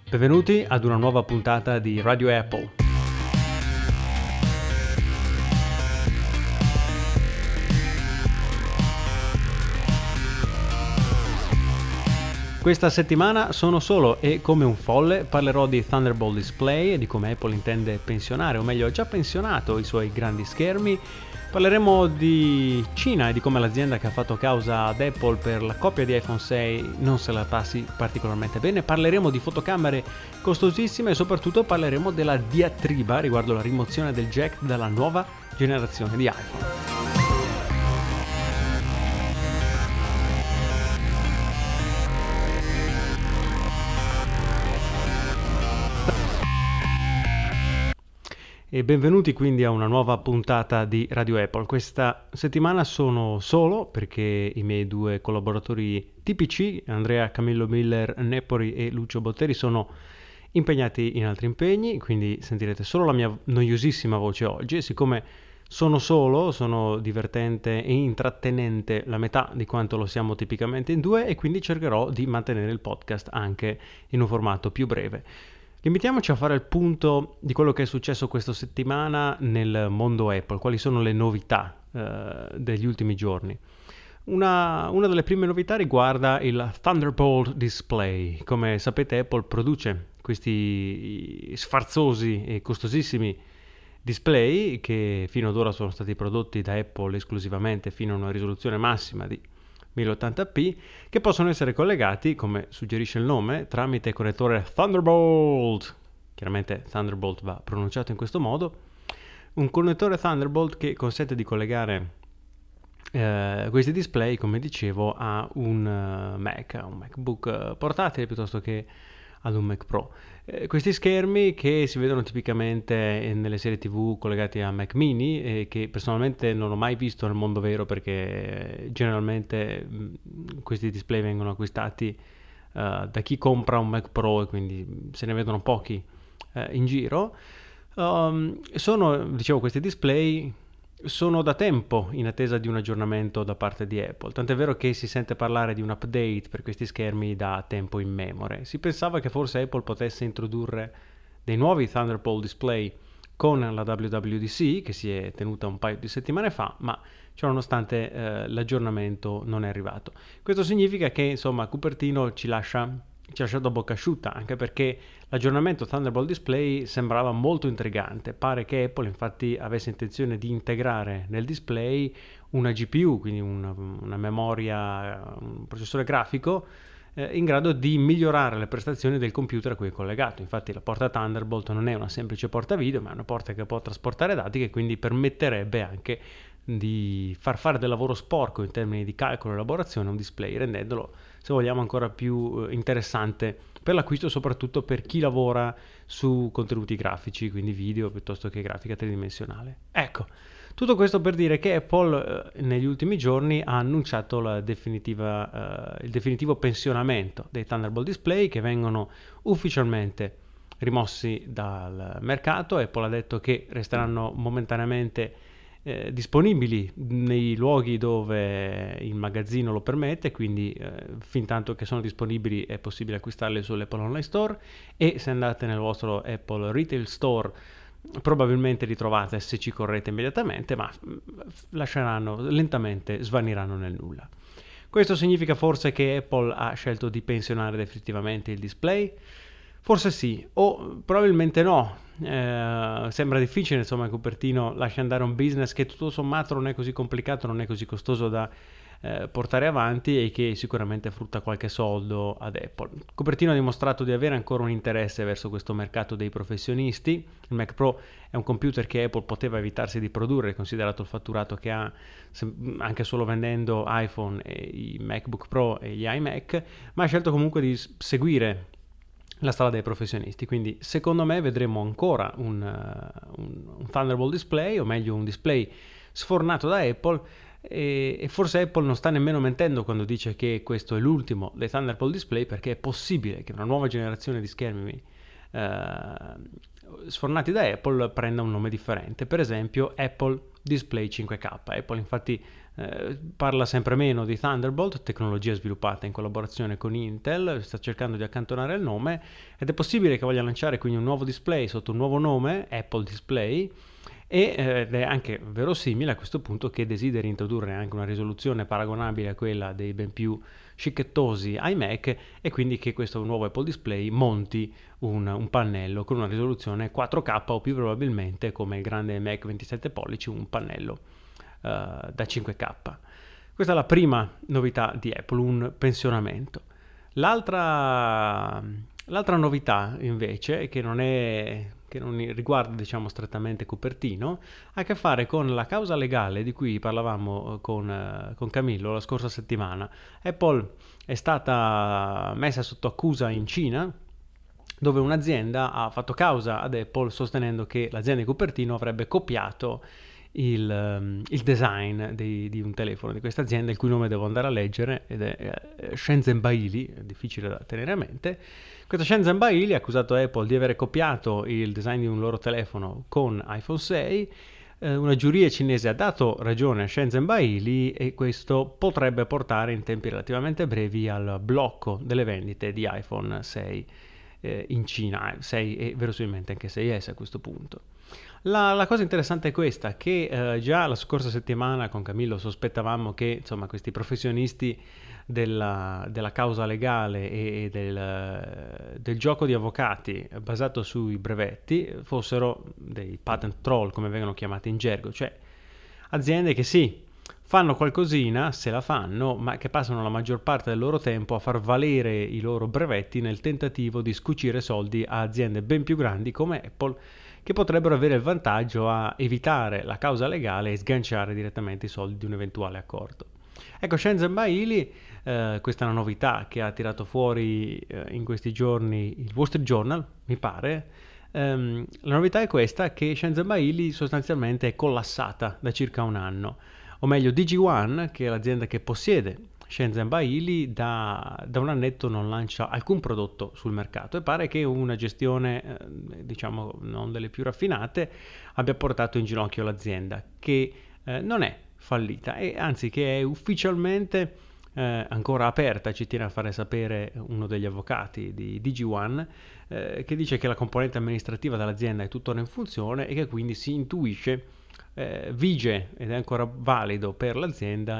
Benvenuti ad una nuova puntata di Radio Apple. Questa settimana sono solo e come un folle parlerò di Thunderbolt Display e di come Apple intende pensionare, o meglio ha già pensionato i suoi grandi schermi. Parleremo di Cina e di come l'azienda che ha fatto causa ad Apple per la copia di iPhone 6 non se la passi particolarmente bene. Parleremo di fotocamere costosissime e soprattutto parleremo della diatriba riguardo la rimozione del jack dalla nuova generazione di iPhone. E benvenuti quindi a una nuova puntata di Radio Apple. Questa settimana sono solo perché i miei due collaboratori tipici, Andrea Camillo Miller Nepori e Lucio Botteri, sono impegnati in altri impegni, quindi sentirete solo la mia noiosissima voce oggi. E siccome sono solo, sono divertente e intrattenente la metà di quanto lo siamo tipicamente in due, e quindi cercherò di mantenere il podcast anche in un formato più breve. Limitiamoci a fare il punto di quello che è successo questa settimana nel mondo Apple, quali sono le novità degli ultimi giorni. Una delle prime novità riguarda il Thunderbolt Display. Come sapete, Apple produce questi sfarzosi e costosissimi display che fino ad ora sono stati prodotti da Apple esclusivamente fino a una risoluzione massima di 1080p, che possono essere collegati, come suggerisce il nome, tramite connettore Thunderbolt. Chiaramente Thunderbolt va pronunciato in questo modo. Un connettore Thunderbolt che consente di collegare questi display, come dicevo, a un Mac, a un MacBook portatile piuttosto che ad un Mac Pro. Questi schermi che si vedono tipicamente nelle serie TV collegati a Mac Mini e che personalmente non ho mai visto nel mondo vero, perché generalmente questi display vengono acquistati da chi compra un Mac Pro e quindi se ne vedono pochi in giro. Questi display sono da tempo in attesa di un aggiornamento da parte di Apple, tant'è vero che si sente parlare di un update per questi schermi da tempo immemore. Si pensava che forse Apple potesse introdurre dei nuovi Thunderbolt display con la WWDC, che si è tenuta un paio di settimane fa, ma ciononostante l'aggiornamento non è arrivato. Questo significa che insomma Cupertino ci lascia a bocca asciutta, anche perché l'aggiornamento Thunderbolt Display sembrava molto intrigante. Pare che Apple infatti avesse intenzione di integrare nel display una GPU, quindi una memoria, un processore grafico in grado di migliorare le prestazioni del computer a cui è collegato. Infatti la porta Thunderbolt non è una semplice porta video, ma è una porta che può trasportare dati, che quindi permetterebbe anche di far fare del lavoro sporco in termini di calcolo e elaborazione a un display, rendendolo, se vogliamo, ancora più interessante per l'acquisto, soprattutto per chi lavora su contenuti grafici, quindi video piuttosto che grafica tridimensionale. Ecco, tutto questo per dire che Apple negli ultimi giorni ha annunciato il definitivo pensionamento dei Thunderbolt Display, che vengono ufficialmente rimossi dal mercato. Apple ha detto che resteranno momentaneamente disponibili nei luoghi dove il magazzino lo permette, quindi fin tanto che sono disponibili è possibile acquistarli sull'Apple Online Store, e se andate nel vostro Apple Retail Store probabilmente li trovate se ci correte immediatamente, ma lentamente svaniranno nel nulla. Questo significa forse che Apple ha scelto di pensionare definitivamente il display? Forse sì, o probabilmente no. Sembra difficile, insomma, che Cupertino lasci andare un business che tutto sommato non è così complicato, non è così costoso da portare avanti, e che sicuramente frutta qualche soldo ad Apple. Cupertino ha dimostrato di avere ancora un interesse verso questo mercato dei professionisti. Il Mac Pro è un computer che Apple poteva evitarsi di produrre, considerato il fatturato che ha anche solo vendendo iPhone e i MacBook Pro e gli iMac, ma ha scelto comunque di seguire la strada dei professionisti. Quindi secondo me vedremo ancora un Thunderbolt display, o meglio un display sfornato da Apple, e forse Apple non sta nemmeno mentendo quando dice che questo è l'ultimo dei Thunderbolt display, perché è possibile che una nuova generazione di schermi sfornati da Apple prenda un nome differente, per esempio Apple Display 5K. Apple infatti parla sempre meno di Thunderbolt, tecnologia sviluppata in collaborazione con Intel, sta cercando di accantonare il nome ed è possibile che voglia lanciare quindi un nuovo display sotto un nuovo nome, Apple Display, ed è anche verosimile a questo punto che desideri introdurre anche una risoluzione paragonabile a quella dei ben più scicchettosi iMac e quindi che questo nuovo Apple Display monti un pannello con una risoluzione 4K o più probabilmente come il grande Mac 27 pollici un pannello da 5K. Questa è la prima novità di Apple, un pensionamento. L'altra novità invece, che non riguarda diciamo strettamente Cupertino, ha a che fare con la causa legale di cui parlavamo con Camillo la scorsa settimana. Apple è stata messa sotto accusa in Cina, dove un'azienda ha fatto causa ad Apple sostenendo che l'azienda di Cupertino avrebbe copiato il design di un telefono di questa azienda, il cui nome devo andare a leggere, ed è Shenzhen Baili, è difficile da tenere a mente. Questa Shenzhen Baili ha accusato Apple di aver copiato il design di un loro telefono con iPhone 6. Una giuria cinese ha dato ragione a Shenzhen Baili e questo potrebbe portare in tempi relativamente brevi al blocco delle vendite di iPhone 6 in Cina, 6 e verosimilmente anche 6S a questo punto. La cosa interessante è questa, che già la scorsa settimana con Camillo sospettavamo che insomma questi professionisti della causa legale e del gioco di avvocati basato sui brevetti fossero dei patent troll, come vengono chiamati in gergo, cioè aziende che sì, fanno qualcosina, se la fanno, ma che passano la maggior parte del loro tempo a far valere i loro brevetti nel tentativo di scucire soldi a aziende ben più grandi come Apple, che potrebbero avere il vantaggio a evitare la causa legale e sganciare direttamente i soldi di un eventuale accordo. Ecco, Shenzhen Baili, questa è una novità che ha tirato fuori in questi giorni il Wall Street Journal, mi pare. La novità è questa, che Shenzhen Baili sostanzialmente è collassata da circa un anno, o meglio Digi-One, che è l'azienda che possiede Shenzhen Baili, da un annetto non lancia alcun prodotto sul mercato e pare che una gestione diciamo non delle più raffinate abbia portato in ginocchio l'azienda, che non è fallita e anzi che è ufficialmente ancora aperta, ci tiene a fare sapere uno degli avvocati di Digi-One, che dice che la componente amministrativa dell'azienda è tuttora in funzione e che quindi si intuisce vige ed è ancora valido per l'azienda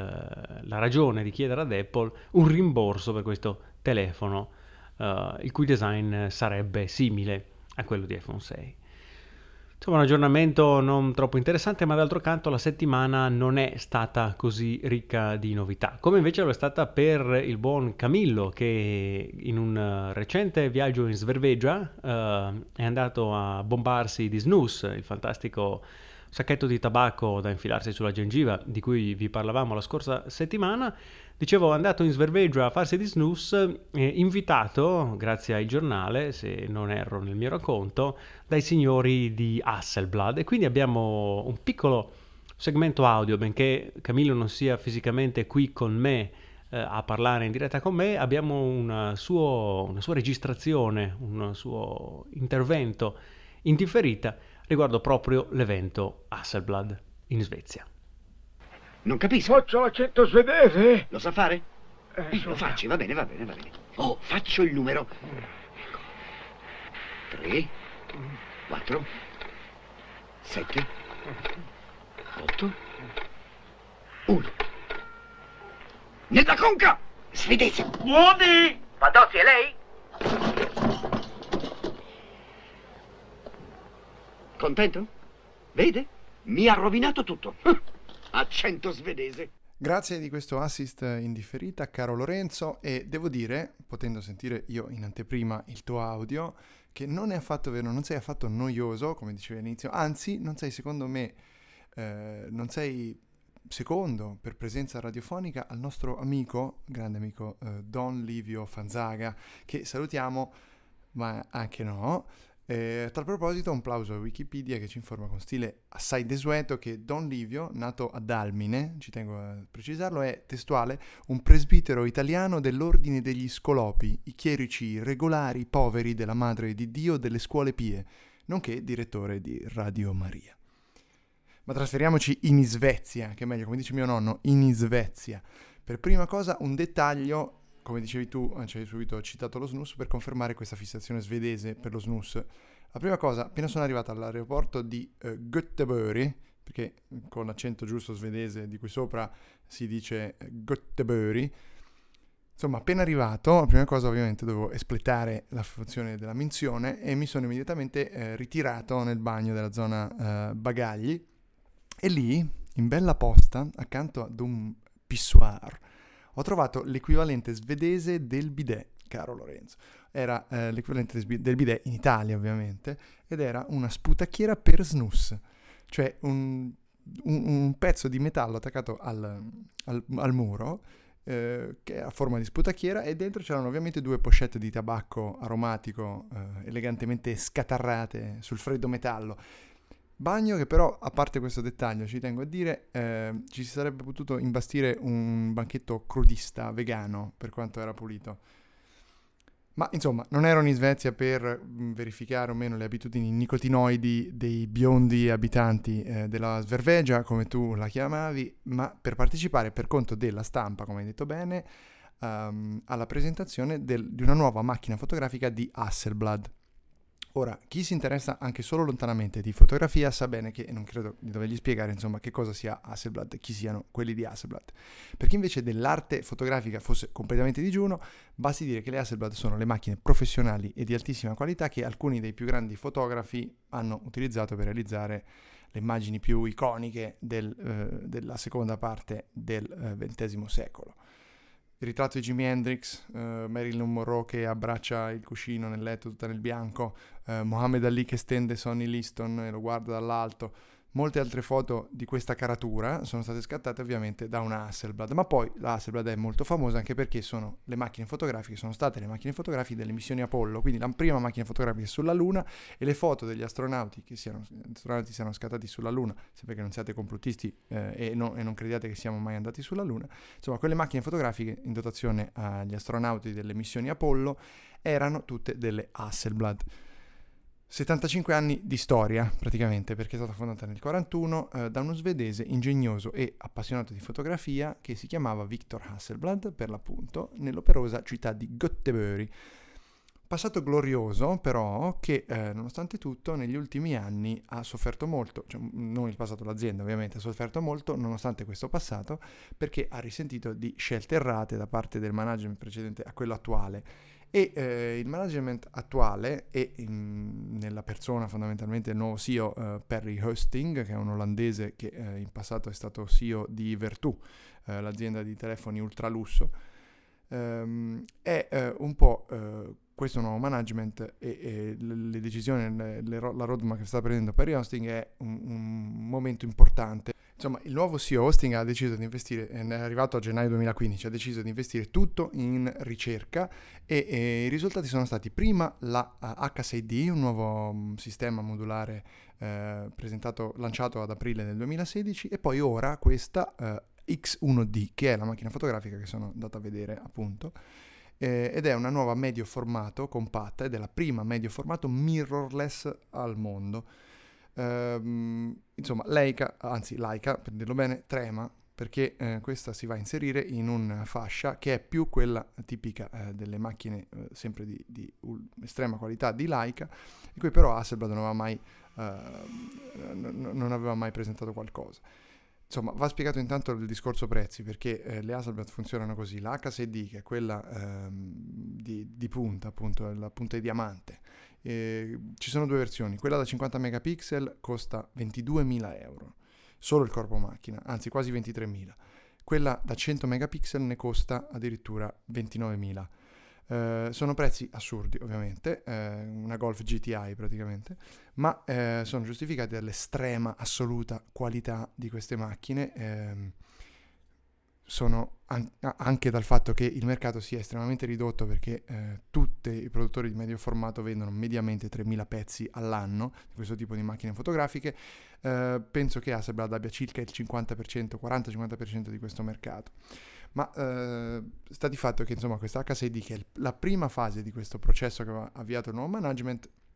la ragione di chiedere ad Apple un rimborso per questo telefono, il cui design sarebbe simile a quello di iPhone 6. Insomma, un aggiornamento non troppo interessante, ma d'altro canto la settimana non è stata così ricca di novità, come invece lo è stata per il buon Camillo, che in un recente viaggio in Svervegia è andato a bombarsi di snus, il fantastico sacchetto di tabacco da infilarsi sulla gengiva di cui vi parlavamo la scorsa settimana. Dicevo, è andato in Svervegia a farsi di snus, invitato, grazie al giornale, se non erro nel mio racconto, dai signori di Hasselblad. E quindi abbiamo un piccolo segmento audio, benché Camillo non sia fisicamente qui con me a parlare in diretta con me, abbiamo una sua registrazione, un suo intervento in differita riguardo proprio l'evento Hasselblad in Svezia. Non capisco. Faccio l'accento svedese? Lo sa fare? Lo facci, va bene. Oh, faccio il numero. Ecco. 3, 4, 7, 8, 1. Nella conca! Svedese! Buoni! Fantozzi, è lei? Contento? Vede? Mi ha rovinato tutto. Accento svedese. Grazie di questo assist in differita, caro Lorenzo, e devo dire, potendo sentire io in anteprima il tuo audio, che non è affatto vero, non sei affatto noioso, come dicevi all'inizio, anzi, non sei secondo me, non sei secondo per presenza radiofonica al nostro amico, grande amico Don Livio Fanzaga, che salutiamo, ma anche no. Tal proposito un plauso a Wikipedia che ci informa con stile assai desueto che Don Livio, nato ad Almine, ci tengo a precisarlo, è testuale un presbitero italiano dell'ordine degli Scolopi, i chierici regolari poveri della Madre di Dio delle Scuole Pie, nonché direttore di Radio Maria. Ma trasferiamoci in Svezia, che è meglio, come dice mio nonno, in Svezia. Per prima cosa un dettaglio, come dicevi tu, ci hai subito citato lo snus, per confermare questa fissazione svedese per lo snus. La prima cosa, appena sono arrivato all'aeroporto di Göteborg, perché con l'accento giusto svedese di qui sopra si dice Göteborg, insomma, appena arrivato, la prima cosa ovviamente dovevo espletare la funzione della minzione e mi sono immediatamente ritirato nel bagno della zona bagagli e lì, in bella posta, accanto ad un pissoir, ho trovato l'equivalente svedese del bidet, caro Lorenzo. Era l'equivalente del bidet in Italia, ovviamente, ed era una sputacchiera per snus, cioè un pezzo di metallo attaccato al muro, che ha forma di sputacchiera, e dentro c'erano ovviamente 2 pochette di tabacco aromatico elegantemente scatarrate sul freddo metallo. Bagno che però, a parte questo dettaglio, ci tengo a dire, ci si sarebbe potuto imbastire un banchetto crudista vegano per quanto era pulito. Ma insomma, non ero in Svezia per verificare o meno le abitudini nicotinoidi dei biondi abitanti della Svervegia, come tu la chiamavi, ma per partecipare per conto della stampa, come hai detto bene, alla presentazione di una nuova macchina fotografica di Hasselblad. Ora, chi si interessa anche solo lontanamente di fotografia sa bene che, e non credo di dovergli spiegare, insomma, che cosa sia Hasselblad, chi siano quelli di Hasselblad. Per chi invece dell'arte fotografica fosse completamente digiuno, basti dire che le Hasselblad sono le macchine professionali e di altissima qualità che alcuni dei più grandi fotografi hanno utilizzato per realizzare le immagini più iconiche della seconda parte del XX secolo. Il ritratto di Jimi Hendrix, Marilyn Monroe che abbraccia il cuscino nel letto tutta nel bianco, Muhammad Ali che stende Sonny Liston e lo guarda dall'alto. Molte altre foto di questa caratura sono state scattate ovviamente da una Hasselblad, ma poi la Hasselblad è molto famosa anche perché sono le macchine fotografiche, sono state le macchine fotografiche delle missioni Apollo, quindi la prima macchina fotografica sulla Luna, e le foto degli astronauti siano scattati sulla Luna, sempre che non siate complottisti e non crediate che siamo mai andati sulla Luna, insomma quelle macchine fotografiche in dotazione agli astronauti delle missioni Apollo erano tutte delle Hasselblad. 75 anni di storia, praticamente, perché è stata fondata nel 1941 da uno svedese ingegnoso e appassionato di fotografia che si chiamava Victor Hasselblad, per l'appunto, nell'operosa città di Göteborg. Passato glorioso, però, che nonostante tutto negli ultimi anni ha sofferto molto, cioè non il passato, l'azienda ovviamente ha sofferto molto nonostante questo passato, perché ha risentito di scelte errate da parte del management precedente a quello attuale. E il management attuale e nella persona fondamentalmente il nuovo CEO Perry Husting, che è un olandese che in passato è stato CEO di Vertu, l'azienda di telefoni ultralusso, è un po' questo nuovo management e le decisioni, la roadmap che sta prendendo Perry Husting è un momento importante. Insomma, il nuovo CEO Hosting ha deciso di investire, è arrivato a gennaio 2015, ha deciso di investire tutto in ricerca e i risultati sono stati prima la H6D, un nuovo sistema modulare lanciato ad aprile del 2016, e poi ora questa X1D, che è la macchina fotografica che sono andato a vedere appunto, ed è una nuova medio formato compatta ed è la prima medio formato mirrorless al mondo. Insomma, Leica, per dirlo bene, trema perché questa si va a inserire in una fascia che è più quella tipica delle macchine sempre di estrema qualità di Leica, di cui però Hasselblad non aveva mai presentato qualcosa. Insomma, va spiegato intanto il discorso prezzi, perché le Hasselblad funzionano così. La H6D, che è quella di punta, appunto, la punta di diamante, ci sono 2 versioni. Quella da 50 megapixel costa 22.000 euro, solo il corpo macchina, anzi quasi 23.000. Quella da 100 megapixel ne costa addirittura 29.000. Sono prezzi assurdi, ovviamente, una Golf GTI praticamente, ma sono giustificati dall'estrema assoluta qualità di queste macchine, sono anche dal fatto che il mercato sia estremamente ridotto, perché tutti i produttori di medio formato vendono mediamente 3.000 pezzi all'anno di questo tipo di macchine fotografiche. Penso che Hasselblad abbia circa il 50%, 40-50% di questo mercato. Ma sta di fatto che insomma questa H6D, che è la prima fase di questo processo che aveva avviato il nuovo management,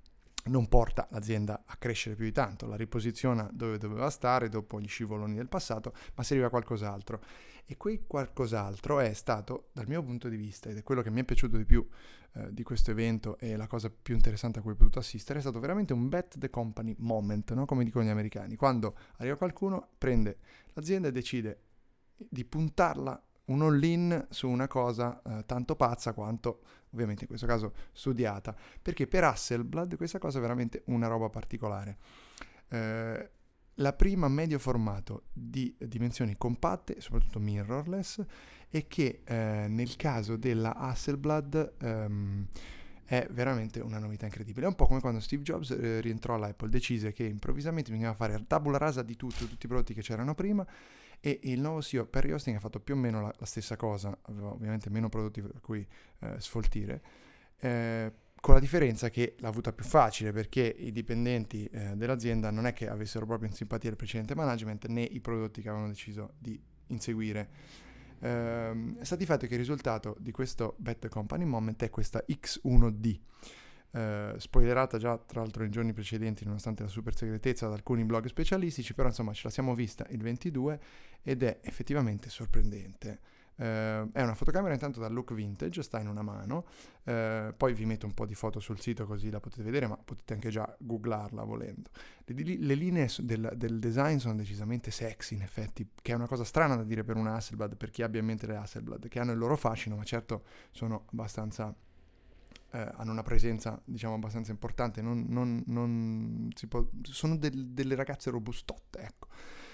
non porta l'azienda a crescere più di tanto, la riposiziona dove doveva stare dopo gli scivoloni del passato, ma serviva qualcos'altro. E quel qualcos'altro è stato, dal mio punto di vista, ed è quello che mi è piaciuto di più di questo evento e la cosa più interessante a cui ho potuto assistere, è stato veramente un bet the company moment, no? Come dicono gli americani, quando arriva qualcuno, prende l'azienda e decide di puntarla un all-in su una cosa tanto pazza quanto, ovviamente in questo caso, studiata, perché per Hasselblad questa cosa è veramente una roba particolare. La prima medio formato di dimensioni compatte, soprattutto mirrorless, e che nel caso della Hasselblad è veramente una novità incredibile. È un po' come quando Steve Jobs rientrò all'Apple, decise che improvvisamente bisognava fare tabula rasa di tutto, tutti i prodotti che c'erano prima, e il nuovo CEO Perry Hosting ha fatto più o meno la stessa cosa, aveva ovviamente meno prodotti per cui sfoltire, con la differenza che l'ha avuta più facile, perché i dipendenti dell'azienda non è che avessero proprio in simpatia il precedente management né i prodotti che avevano deciso di inseguire. Sta di fatto che il risultato di questo Bet Company Moment è questa X1D, spoilerata già tra l'altro nei giorni precedenti nonostante la super segretezza da alcuni blog specialistici, però insomma ce la siamo vista il 22 ed è effettivamente sorprendente. È una fotocamera intanto da look vintage, sta in una mano, poi vi metto un po' di foto sul sito così la potete vedere, ma potete anche già googlarla volendo. Le linee del design sono decisamente sexy in effetti, che è una cosa strana da dire per una Hasselblad, per chi abbia in mente le Hasselblad, che hanno il loro fascino, ma certo sono abbastanza hanno una presenza diciamo abbastanza importante, non si può, sono delle ragazze robustotte, ecco.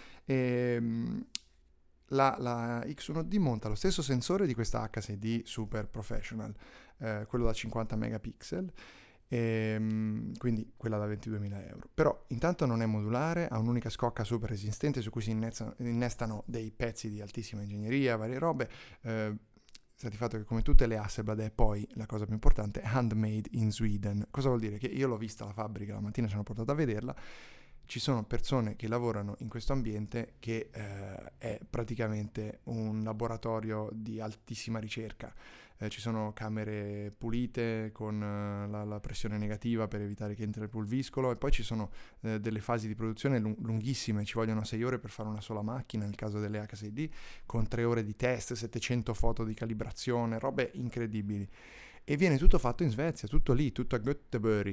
La X1D monta lo stesso sensore di questa H6D Super Professional, quello da 50 megapixel, quindi quella da 22.000 euro. Però intanto non è modulare, ha un'unica scocca super resistente su cui si innestano dei pezzi di altissima ingegneria, varie robe. Sta di fatto che come tutte le Hasselblad è poi, la cosa più importante, handmade in Sweden. Cosa vuol dire? Che io l'ho vista alla fabbrica, la mattina ci hanno portato a vederla, ci sono persone che lavorano in questo ambiente che è praticamente un laboratorio di altissima ricerca. Ci sono camere pulite con la pressione negativa per evitare che entri il pulviscolo, e poi ci sono delle fasi di produzione lunghissime, ci vogliono 6 ore per fare una sola macchina nel caso delle H6D, con 3 ore di test, 700 foto di calibrazione, robe incredibili. E viene tutto fatto in Svezia, tutto lì, tutto a Göteborg.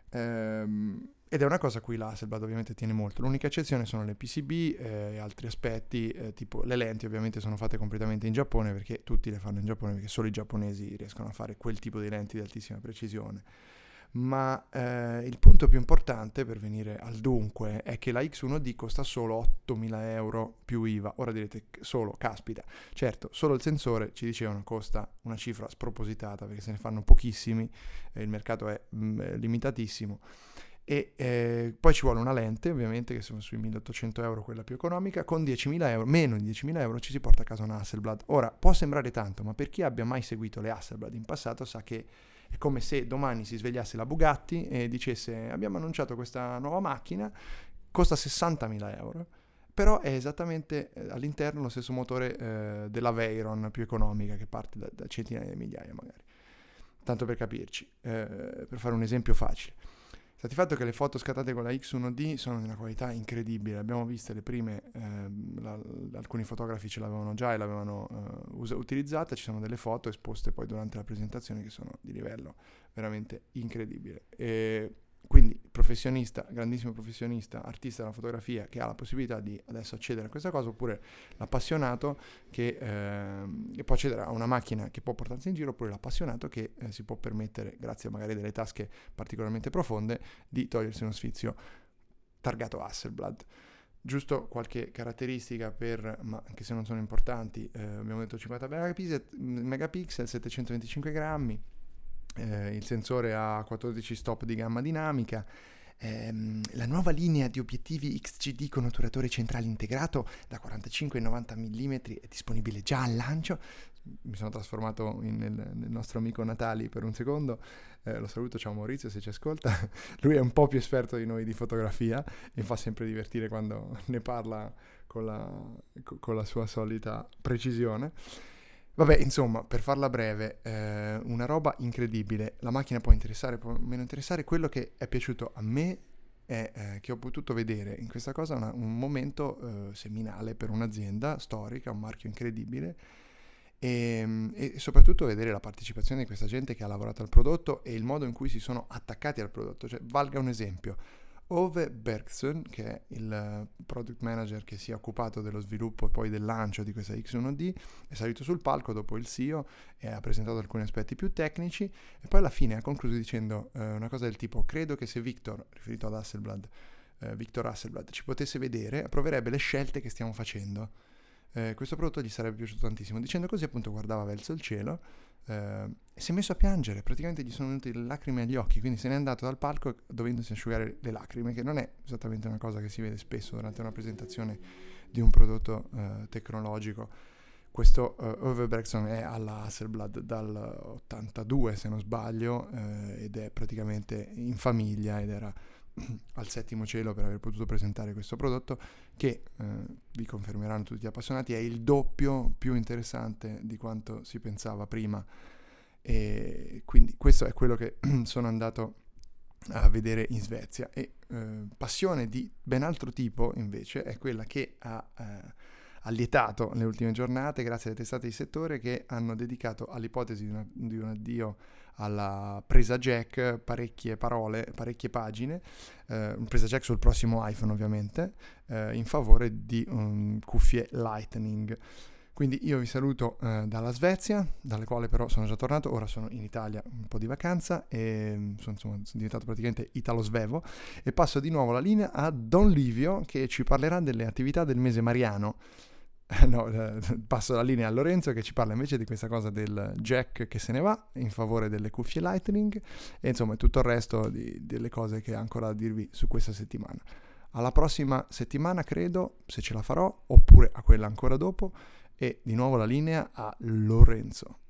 Ed è una cosa a cui la Hasselblad ovviamente tiene molto. L'unica eccezione sono le PCB e altri aspetti, tipo le lenti ovviamente sono fatte completamente in Giappone, perché tutti le fanno in Giappone, perché solo i giapponesi riescono a fare quel tipo di lenti di altissima precisione. Ma il punto più importante, per venire al dunque, è che la X1D costa solo 8.000 euro più IVA. Ora direte, solo, caspita. Certo, solo il sensore, ci dicevano, costa una cifra spropositata, perché se ne fanno pochissimi, il mercato è limitatissimo. E poi ci vuole una lente, ovviamente, che sono sui 1.800 euro, quella più economica. Con 10.000 euro, meno di 10.000 euro, ci si porta a casa una Hasselblad. Ora, può sembrare tanto, ma per chi abbia mai seguito le Hasselblad in passato sa che è come se domani si svegliasse la Bugatti e dicesse: abbiamo annunciato questa nuova macchina, costa 60.000 euro, però è esattamente all'interno lo stesso motore della Veyron più economica, che parte da centinaia di migliaia magari. Tanto per capirci, per fare un esempio facile. Sta di fatto che le foto scattate con la X1D sono di una qualità incredibile. Abbiamo viste le prime, alcuni fotografi ce l'avevano già e l'avevano utilizzata. Ci sono delle foto esposte poi durante la presentazione che sono di livello veramente incredibile. E quindi professionista, grandissimo professionista, artista della fotografia, che ha la possibilità di adesso accedere a questa cosa, oppure l'appassionato che può accedere a una macchina che può portarsi in giro, oppure l'appassionato che si può permettere, grazie magari delle tasche particolarmente profonde, di togliersi uno sfizio targato Hasselblad. Giusto qualche caratteristica ma anche se non sono importanti, abbiamo detto 50 megapixel, 725 grammi, il sensore ha 14 stop di gamma dinamica, la nuova linea di obiettivi XGD con otturatore centrale integrato da 45 e 90 mm è disponibile già al lancio. Mi sono trasformato nel nostro amico Natali per un secondo, lo saluto, ciao Maurizio se ci ascolta. Lui è un po' più esperto di noi di fotografia e fa sempre divertire quando ne parla con la sua solita precisione. Vabbè, insomma, per farla breve, una roba incredibile. La macchina può interessare, può meno interessare. Quello che è piaciuto a me è che ho potuto vedere in questa cosa un momento seminale per un'azienda storica, un marchio incredibile, e soprattutto vedere la partecipazione di questa gente che ha lavorato al prodotto e il modo in cui si sono attaccati al prodotto. Cioè, valga un esempio. Ove Bergson, che è il product manager che si è occupato dello sviluppo e poi del lancio di questa X1D, è salito sul palco dopo il CEO e ha presentato alcuni aspetti più tecnici, e poi alla fine ha concluso dicendo una cosa del tipo: credo che se Victor, riferito ad Hasselblad, Victor Hasselblad, ci potesse vedere, approverebbe le scelte che stiamo facendo. Questo prodotto gli sarebbe piaciuto tantissimo. Dicendo così, appunto, guardava verso il cielo e si è messo a piangere. Praticamente gli sono venute le lacrime agli occhi, quindi se n'è andato dal palco dovendosi asciugare le lacrime, che non è esattamente una cosa che si vede spesso durante una presentazione di un prodotto tecnologico. Questo Ove Bergson è alla Hasselblad dal 82, se non sbaglio, ed è praticamente in famiglia ed era al settimo cielo per aver potuto presentare questo prodotto che, vi confermeranno tutti gli appassionati, è il doppio più interessante di quanto si pensava prima. E quindi questo è quello che sono andato a vedere in Svezia. E passione di ben altro tipo invece è quella che ha allietato le ultime giornate grazie alle testate di settore che hanno dedicato all'ipotesi di un addio alla presa jack parecchie parole, parecchie pagine, presa jack sul prossimo iPhone ovviamente, in favore di cuffie Lightning. Quindi io vi saluto dalla Svezia, dalle quali però sono già tornato, ora sono in Italia un po' di vacanza e sono diventato praticamente italo-svevo, e passo di nuovo la linea a Don Livio che ci parlerà delle attività del mese mariano. Passo la linea a Lorenzo che ci parla invece di questa cosa del jack che se ne va in favore delle cuffie Lightning e insomma tutto il resto delle cose che ha ancora da dirvi su questa settimana. Alla prossima settimana credo, se ce la farò, oppure a quella ancora dopo, e di nuovo la linea a Lorenzo.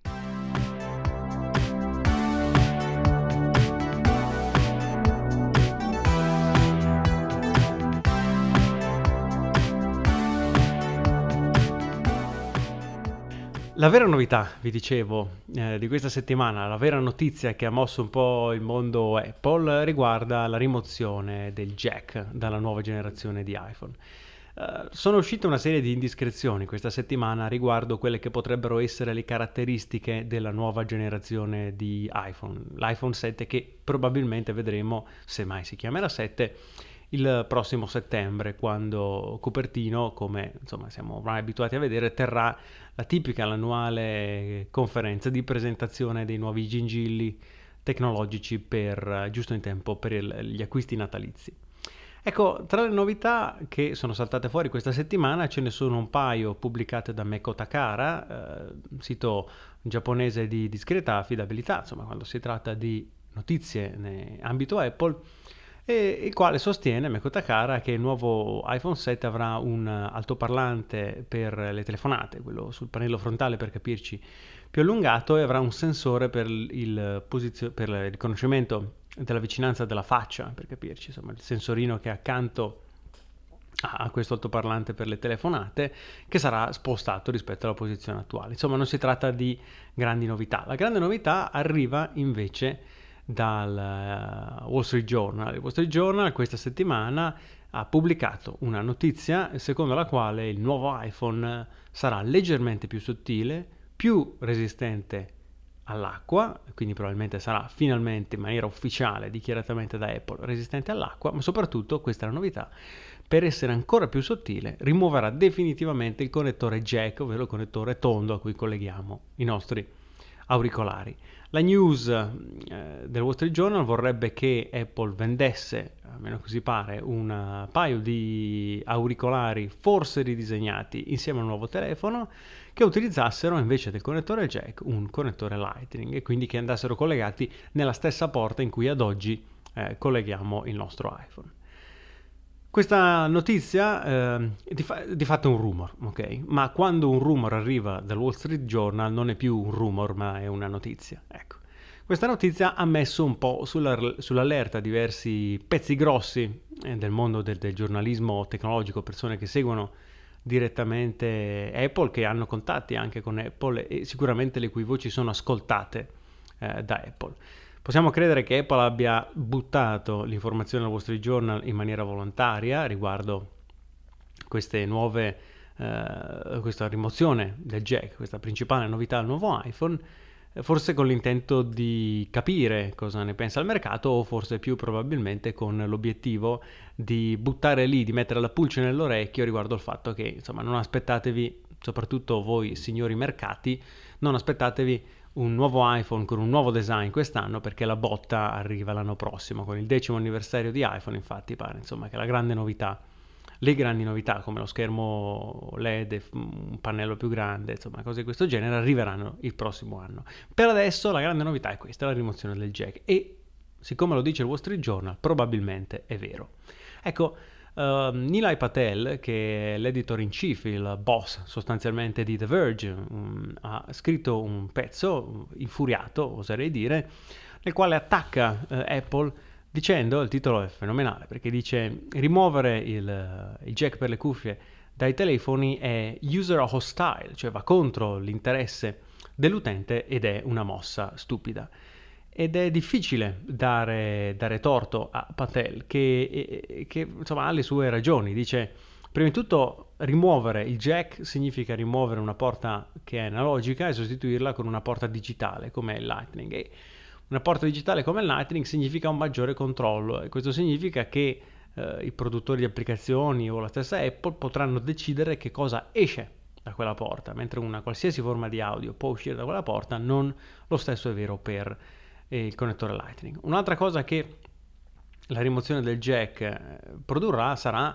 La vera novità, vi dicevo, di questa settimana, la vera notizia che ha mosso un po' il mondo Apple riguarda la rimozione del jack dalla nuova generazione di iPhone. Sono uscite una serie di indiscrezioni questa settimana riguardo quelle che potrebbero essere le caratteristiche della nuova generazione di iPhone, l'iPhone 7 che probabilmente vedremo, se mai si chiamerà 7, il prossimo settembre, quando Cupertino, come insomma siamo ormai abituati a vedere, terrà la tipica annuale conferenza di presentazione dei nuovi gingilli tecnologici per giusto in tempo per gli acquisti natalizi. Ecco, tra le novità che sono saltate fuori questa settimana ce ne sono un paio pubblicate da Meiko Takara, sito giapponese di discreta affidabilità, insomma, quando si tratta di notizie in ambito Apple, e il quale sostiene, Meiko Takara, che il nuovo iPhone 7 avrà un altoparlante per le telefonate, quello sul pannello frontale per capirci più allungato, e avrà un sensore per il riconoscimento della vicinanza della faccia, per capirci, insomma il sensorino che è accanto a questo altoparlante per le telefonate, che sarà spostato rispetto alla posizione attuale. Insomma, non si tratta di grandi novità. La grande novità arriva invece dal Wall Street Journal. Il Wall Street Journal questa settimana ha pubblicato una notizia secondo la quale il nuovo iPhone sarà leggermente più sottile, più resistente all'acqua, quindi probabilmente sarà finalmente in maniera ufficiale, dichiaratamente da Apple, resistente all'acqua, ma soprattutto, questa è la novità, per essere ancora più sottile rimuoverà definitivamente il connettore jack, ovvero il connettore tondo a cui colleghiamo i nostri auricolari. La news del Wall Street Journal vorrebbe che Apple vendesse, almeno così pare, un paio di auricolari forse ridisegnati insieme al nuovo telefono, che utilizzassero invece del connettore jack un connettore Lightning, e quindi che andassero collegati nella stessa porta in cui ad oggi colleghiamo il nostro iPhone. Questa notizia è di fatto un rumor, ok? Ma quando un rumor arriva dal Wall Street Journal non è più un rumor, ma è una notizia. Ecco. Questa notizia ha messo un po' sull'allerta diversi pezzi grossi del mondo del giornalismo tecnologico, persone che seguono direttamente Apple, che hanno contatti anche con Apple e sicuramente le cui voci sono ascoltate da Apple. Possiamo credere che Apple abbia buttato l'informazione al Wall Street Journal in maniera volontaria riguardo queste nuove, questa rimozione del jack, questa principale novità al nuovo iPhone, forse con l'intento di capire cosa ne pensa il mercato, o forse più probabilmente con l'obiettivo di buttare lì, di mettere la pulce nell'orecchio riguardo al fatto che, insomma, non aspettatevi, soprattutto voi signori mercati, non aspettatevi un nuovo iPhone con un nuovo design quest'anno, perché la botta arriva l'anno prossimo con il 10° anniversario di iPhone. Infatti pare, insomma, che la grande novità, le grandi novità come lo schermo LED, un pannello più grande, insomma cose di questo genere arriveranno il prossimo anno. Per adesso la grande novità è questa, la rimozione del jack, e siccome lo dice il Wall Street Journal probabilmente è vero. Ecco, Nilay Patel, che è l'editor in chief, il boss sostanzialmente di The Verge, ha scritto un pezzo infuriato, oserei dire, nel quale attacca Apple dicendo, il titolo è fenomenale perché dice: rimuovere il jack per le cuffie dai telefoni è user hostile, cioè va contro l'interesse dell'utente ed è una mossa stupida. Ed è difficile dare torto a Patel, che insomma ha le sue ragioni. Dice, prima di tutto, rimuovere il jack significa rimuovere una porta che è analogica e sostituirla con una porta digitale come il Lightning. E una porta digitale come il Lightning significa un maggiore controllo, e questo significa che i produttori di applicazioni o la stessa Apple potranno decidere che cosa esce da quella porta, mentre una qualsiasi forma di audio può uscire da quella porta. Non lo stesso è vero per il connettore Lightning. Un'altra cosa che la rimozione del jack produrrà sarà,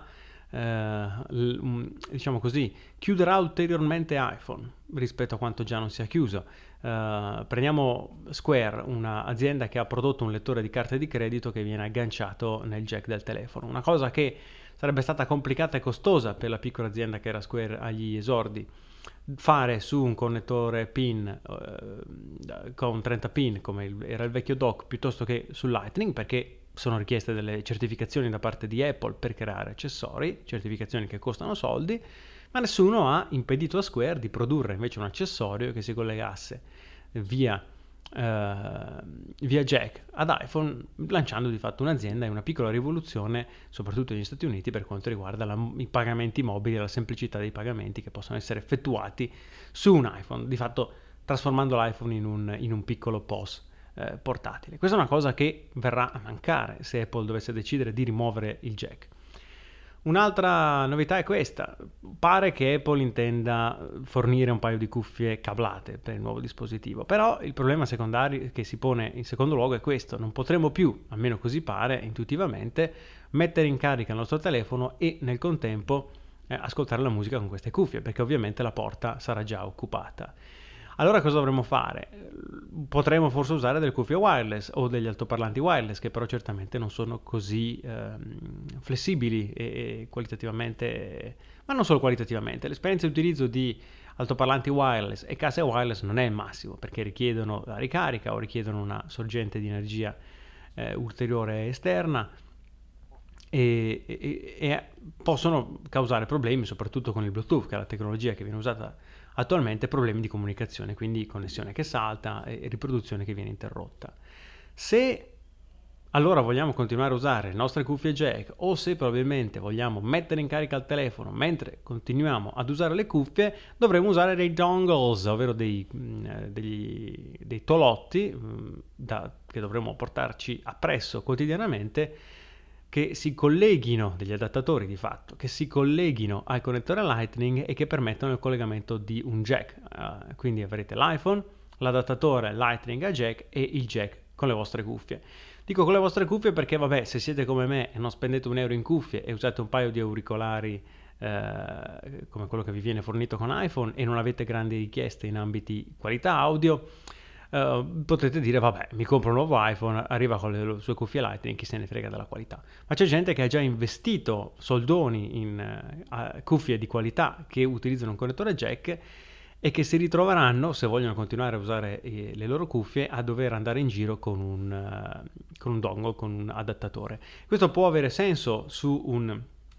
diciamo così, chiuderà ulteriormente iPhone rispetto a quanto già non sia chiuso. Prendiamo Square, un'azienda che ha prodotto un lettore di carte di credito che viene agganciato nel jack del telefono, una cosa che sarebbe stata complicata e costosa per la piccola azienda che era Square agli esordi, fare su un connettore PIN con 30 pin come era il vecchio dock, piuttosto che sul Lightning, perché sono richieste delle certificazioni da parte di Apple per creare accessori, certificazioni che costano soldi, ma nessuno ha impedito a Square di produrre invece un accessorio che si collegasse via jack ad iPhone, lanciando di fatto un'azienda e una piccola rivoluzione, soprattutto negli Stati Uniti, per quanto riguarda i pagamenti mobili e la semplicità dei pagamenti che possono essere effettuati su un iPhone, di fatto trasformando l'iPhone in un piccolo POS portatile. Questa è una cosa che verrà a mancare se Apple dovesse decidere di rimuovere il jack. Un'altra novità è questa: pare che Apple intenda fornire un paio di cuffie cablate per il nuovo dispositivo, però il problema secondario che si pone in secondo luogo è questo: non potremo più, almeno così pare intuitivamente, mettere in carica il nostro telefono e nel contempo ascoltare la musica con queste cuffie, perché ovviamente la porta sarà già occupata. Allora cosa dovremmo fare? Potremmo forse usare delle cuffie wireless o degli altoparlanti wireless, che però certamente non sono così flessibili e qualitativamente, ma non solo qualitativamente. L'esperienza di utilizzo di altoparlanti wireless e casse wireless non è il massimo, perché richiedono la ricarica o richiedono una sorgente di energia ulteriore esterna e possono causare problemi, soprattutto con il Bluetooth, che è la tecnologia che viene usata attualmente, problemi di comunicazione, quindi connessione che salta e riproduzione che viene interrotta. Se allora vogliamo continuare a usare le nostre cuffie jack, o se probabilmente vogliamo mettere in carica il telefono mentre continuiamo ad usare le cuffie, dovremo usare dei dongles, ovvero dei tolotti che dovremo portarci appresso quotidianamente, che si colleghino, degli adattatori di fatto, che si colleghino al connettore Lightning e che permettono il collegamento di un jack. Quindi avrete l'iPhone, l'adattatore Lightning a jack e il jack con le vostre cuffie. Dico con le vostre cuffie perché, vabbè, se siete come me e non spendete €1 in cuffie e usate un paio di auricolari come quello che vi viene fornito con iPhone e non avete grandi richieste in ambiti qualità audio, potete dire, vabbè, mi compro un nuovo iPhone, arriva con le sue cuffie Lightning, chi se ne frega della qualità. Ma c'è gente che ha già investito soldoni in cuffie di qualità che utilizzano un connettore jack e che si ritroveranno, se vogliono continuare a usare le loro cuffie, a dover andare in giro con un dongle, con un adattatore. Questo può avere senso su un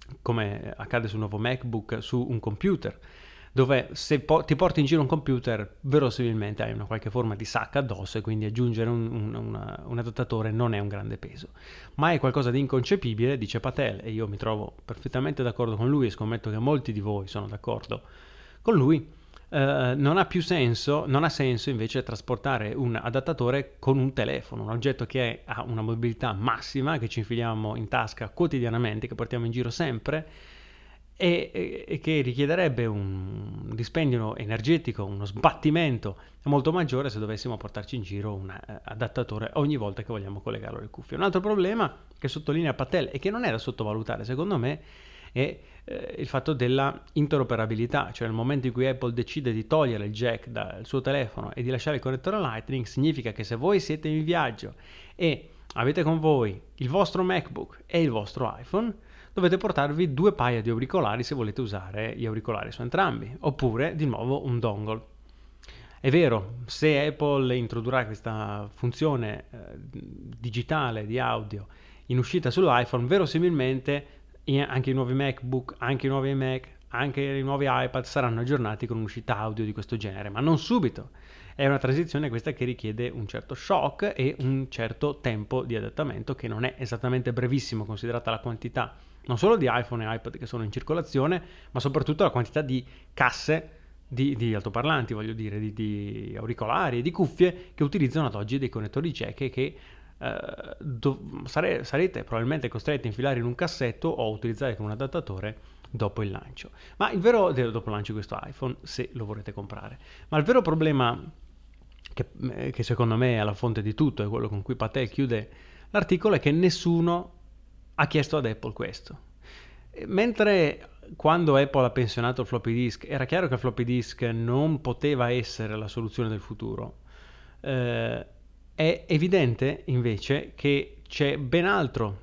come accade sul nuovo MacBook, su un computer, dove se ti porti in giro un computer verosimilmente hai una qualche forma di sacca addosso e quindi aggiungere un adattatore non è un grande peso. Ma è qualcosa di inconcepibile, dice Patel, e io mi trovo perfettamente d'accordo con lui e scommetto che molti di voi sono d'accordo con lui. Non ha senso invece trasportare un adattatore con un telefono, un oggetto che ha una mobilità massima, che ci infiliamo in tasca quotidianamente, che portiamo in giro sempre e che richiederebbe un dispendio energetico, uno sbattimento molto maggiore se dovessimo portarci in giro un adattatore ogni volta che vogliamo collegarlo alle cuffie. Un altro problema che sottolinea Patel e che non è da sottovalutare secondo me è il fatto della interoperabilità, cioè nel momento in cui Apple decide di togliere il jack dal suo telefono e di lasciare il connettore Lightning, significa che se voi siete in viaggio e avete con voi il vostro MacBook e il vostro iPhone, dovete portarvi 2 paia di auricolari se volete usare gli auricolari su entrambi, oppure di nuovo un dongle. È vero, se Apple introdurrà questa funzione digitale di audio in uscita sull'iPhone, verosimilmente anche i nuovi MacBook, anche i nuovi Mac, anche i nuovi iPad saranno aggiornati con un'uscita audio di questo genere, ma non subito. È una transizione questa che richiede un certo shock e un certo tempo di adattamento che non è esattamente brevissimo considerata la quantità non solo di iPhone e iPad che sono in circolazione, ma soprattutto la quantità di casse di altoparlanti, voglio dire, di auricolari e di cuffie che utilizzano ad oggi dei connettori jack e che sarete probabilmente costretti a infilare in un cassetto o a utilizzare con un adattatore dopo il lancio. Ma il vero dopo il lancio di questo iPhone, se lo vorrete comprare. Ma il vero problema che secondo me è alla fonte di tutto, è quello con cui Patel chiude l'articolo, è che nessuno ha chiesto ad Apple questo. Mentre quando Apple ha pensionato il floppy disk era chiaro che il floppy disk non poteva essere la soluzione del futuro, è evidente invece che c'è ben altro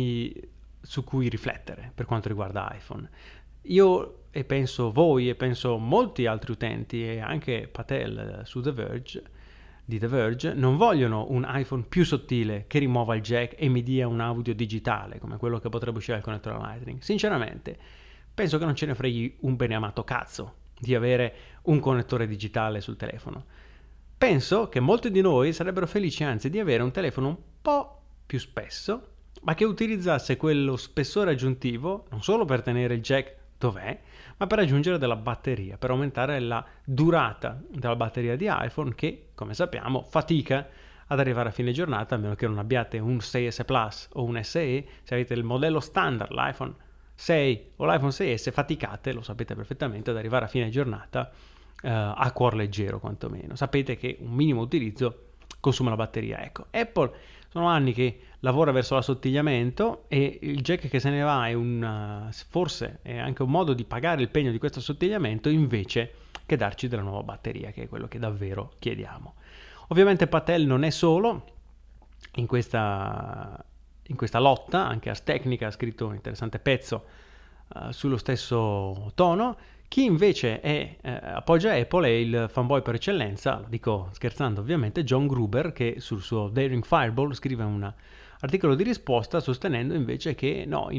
su cui riflettere per quanto riguarda iPhone. Io e penso voi e penso molti altri utenti e anche Patel su di The Verge non vogliono un iPhone più sottile che rimuova il jack e mi dia un audio digitale come quello che potrebbe uscire dal connettore Lightning. Sinceramente penso che non ce ne freghi un beneamato cazzo di avere un connettore digitale sul telefono. Penso che molti di noi sarebbero felici anzi di avere un telefono un po' più spesso, ma che utilizzasse quello spessore aggiuntivo non solo per tenere il jack dov'è, ma per aggiungere della batteria, per aumentare la durata della batteria di iPhone che, come sappiamo, fatica ad arrivare a fine giornata, a meno che non abbiate un 6S Plus o un SE. Se avete il modello standard, l'iPhone 6 o l'iPhone 6S, faticate, lo sapete perfettamente, ad arrivare a fine giornata a cuor leggero quantomeno. Sapete che un minimo utilizzo consuma la batteria. Ecco, Apple sono anni che lavora verso l'assottigliamento e il jack che se ne va è forse è anche un modo di pagare il pegno di questo assottigliamento invece che darci della nuova batteria, che è quello che davvero chiediamo. Ovviamente Patel non è solo in questa lotta, anche Ars Technica ha scritto un interessante pezzo sullo stesso tono. Chi invece appoggia Apple è il fanboy per eccellenza, lo dico scherzando ovviamente, John Gruber, che sul suo Daring Fireball scrive un articolo di risposta sostenendo invece che no,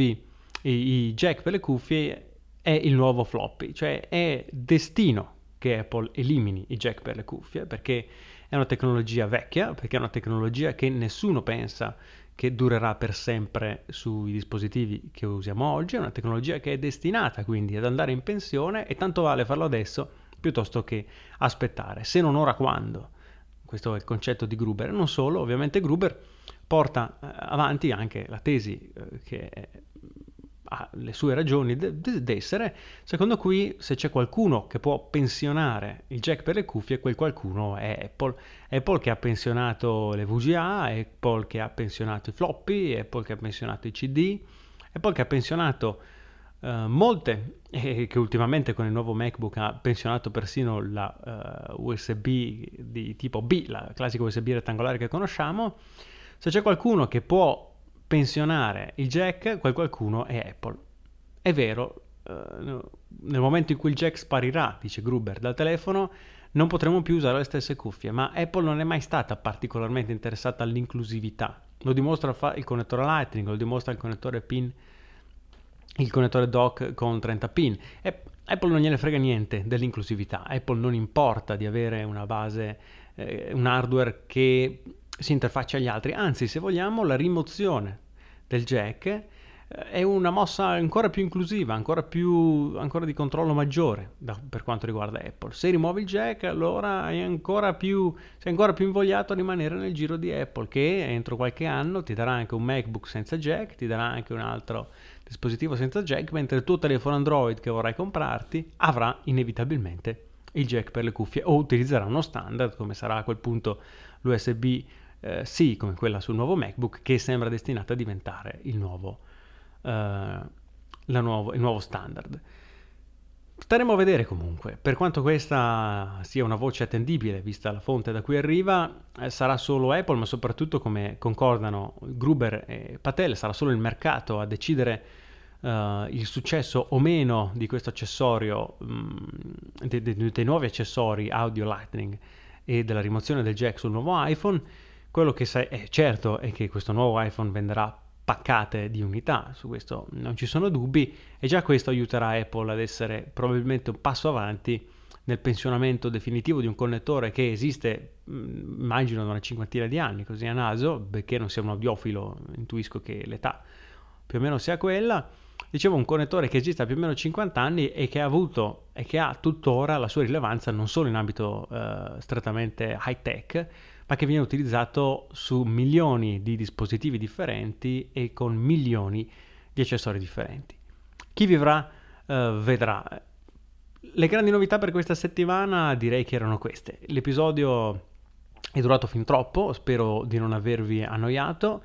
i jack per le cuffie è il nuovo floppy, cioè è destino che Apple elimini i jack per le cuffie perché è una tecnologia vecchia, perché è una tecnologia che nessuno pensa che durerà per sempre sui dispositivi che usiamo oggi, è una tecnologia che è destinata quindi ad andare in pensione e tanto vale farlo adesso piuttosto che aspettare, se non ora quando. Questo è il concetto di Gruber. Non solo, ovviamente Gruber porta avanti anche la tesi che ha le sue ragioni d'essere, secondo cui se c'è qualcuno che può pensionare il jack per le cuffie, quel qualcuno è Apple. Apple che ha pensionato le VGA, Apple che ha pensionato i floppy, Apple che ha pensionato i CD, Apple che ha pensionato molte e che ultimamente con il nuovo MacBook ha pensionato persino la USB di tipo B, la classica USB rettangolare che conosciamo. Se c'è qualcuno che può pensionare il jack, quel qualcuno è Apple. È vero, nel momento in cui il jack sparirà, dice Gruber, dal telefono, non potremo più usare le stesse cuffie, ma Apple non è mai stata particolarmente interessata all'inclusività. Lo dimostra il connettore Lightning, lo dimostra il connettore PIN il connettore dock con 30 pin. Apple non gliene frega niente dell'inclusività, Apple non importa di avere una base, un hardware che si interfaccia agli altri, anzi, se vogliamo, la rimozione del jack è una mossa ancora più inclusiva, ancora di controllo maggiore per quanto riguarda Apple. Se rimuovi il jack, allora sei ancora più invogliato a rimanere nel giro di Apple, che entro qualche anno ti darà anche un MacBook senza jack, ti darà anche un altro dispositivo senza jack, mentre il tuo telefono Android che vorrai comprarti avrà inevitabilmente il jack per le cuffie, o utilizzerà uno standard, come sarà a quel punto l'USB-C, come quella sul nuovo MacBook, che sembra destinata a diventare il nuovo standard. Staremo a vedere comunque. Per quanto questa sia una voce attendibile, vista la fonte da cui arriva, sarà solo Apple, ma soprattutto, come concordano Gruber e Patel, sarà solo il mercato a decidere il successo o meno di questo accessorio, dei nuovi accessori audio Lightning e della rimozione del jack sul nuovo iPhone. Quello che è certo è che questo nuovo iPhone venderà paccate di unità, su questo non ci sono dubbi, e già questo aiuterà Apple ad essere probabilmente un passo avanti nel pensionamento definitivo di un connettore che esiste, immagino, da una cinquantina di anni, così a naso, perché non sia un audiofilo, intuisco che l'età più o meno sia quella. Dicevo, un connettore che esiste da più o meno 50 anni e che ha avuto e che ha tuttora la sua rilevanza non solo in ambito strettamente high tech, ma che viene utilizzato su milioni di dispositivi differenti e con milioni di accessori differenti. Chi vivrà vedrà. Le grandi novità per questa settimana direi che erano queste. L'episodio è durato fin troppo, spero di non avervi annoiato,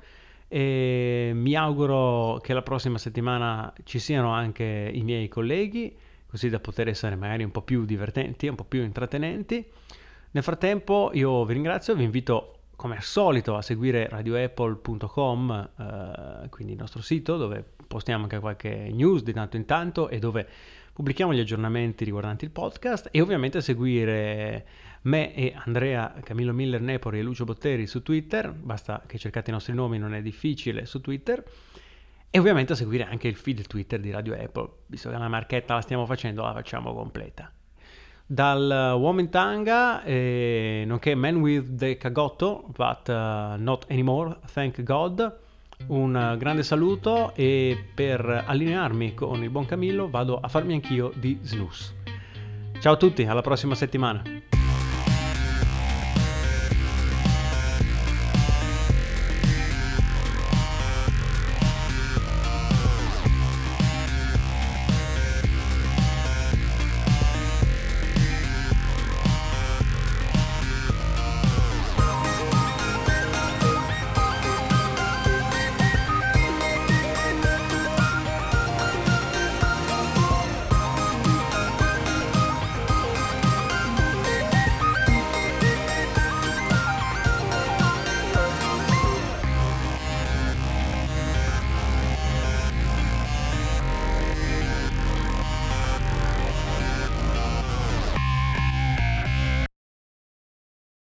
e mi auguro che la prossima settimana ci siano anche i miei colleghi, così da poter essere magari un po' più divertenti, un po' più intrattenenti. Nel frattempo io vi ringrazio, vi invito come al solito a seguire radioapple.com, quindi il nostro sito dove postiamo anche qualche news di tanto in tanto e dove pubblichiamo gli aggiornamenti riguardanti il podcast, e ovviamente a seguire me e Andrea, Camillo Miller Nepori e Lucio Botteri su Twitter, basta che cercate i nostri nomi, non è difficile, su Twitter, e ovviamente a seguire anche il feed Twitter di Radio Apple, visto che la marchetta la stiamo facendo, la facciamo completa. Dal uomo in tanga, nonché Man with the Cagotto, but not anymore, thank God, un grande saluto, e per allinearmi con il buon Camillo vado a farmi anch'io di snooze. Ciao a tutti, alla prossima settimana.